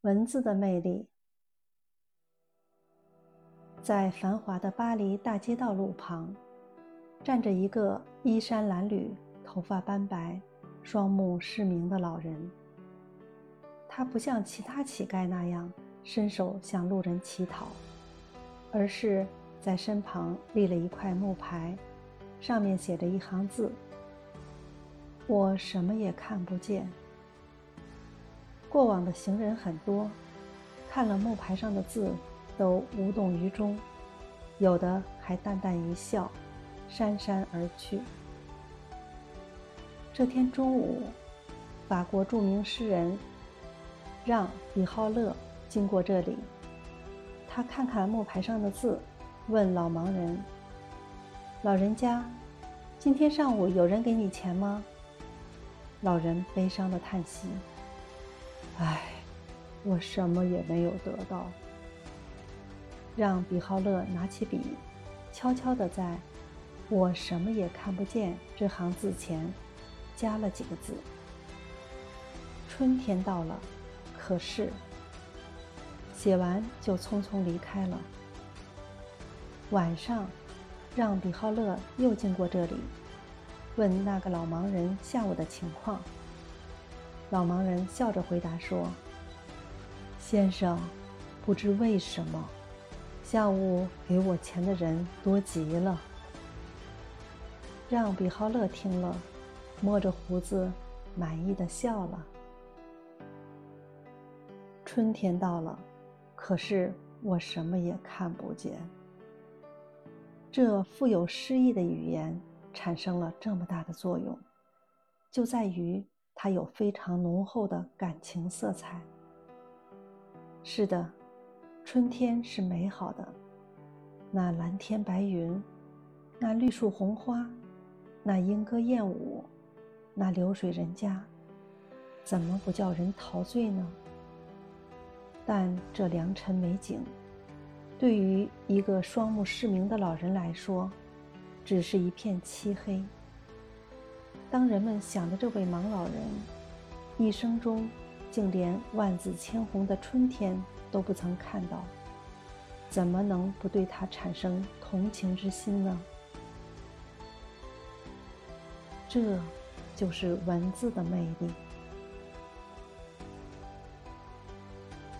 文字的魅力。在繁华的巴黎大街道路旁，站着一个衣衫褴褛、头发斑白、双目失明的老人。他不像其他乞丐那样伸手向路人乞讨，而是在身旁立了一块木牌，上面写着一行字：我什么也看不见。过往的行人很多，看了木牌上的字都无动于衷，有的还淡淡一笑，姗姗而去。这天中午，法国著名诗人让·比浩勒经过这里，他看看木牌上的字，问老盲人：老人家，今天上午有人给你钱吗？老人悲伤地叹息：唉，我什么也没有得到。让比浩勒拿起笔，悄悄地在我什么也看不见这行字前加了几个字：春天到了，可是……写完就匆匆离开了。晚上，让比浩勒又经过这里，问那个老盲人下午的情况。老盲人笑着回答说：先生，不知为什么，下午给我钱的人多极了。让比浩勒听了，摸着胡子，满意的笑了。春天到了，可是我什么也看不见。这富有诗意的语言产生了这么大的作用，就在于它有非常浓厚的感情色彩。是的，春天是美好的，那蓝天白云，那绿树红花，那莺歌燕舞，那流水人家，怎么不叫人陶醉呢？但这良辰美景，对于一个双目失明的老人来说，只是一片漆黑。当人们想着这位盲老人一生中竟连万紫千红的春天都不曾看到，怎么能不对他产生同情之心呢？这就是文字的魅力。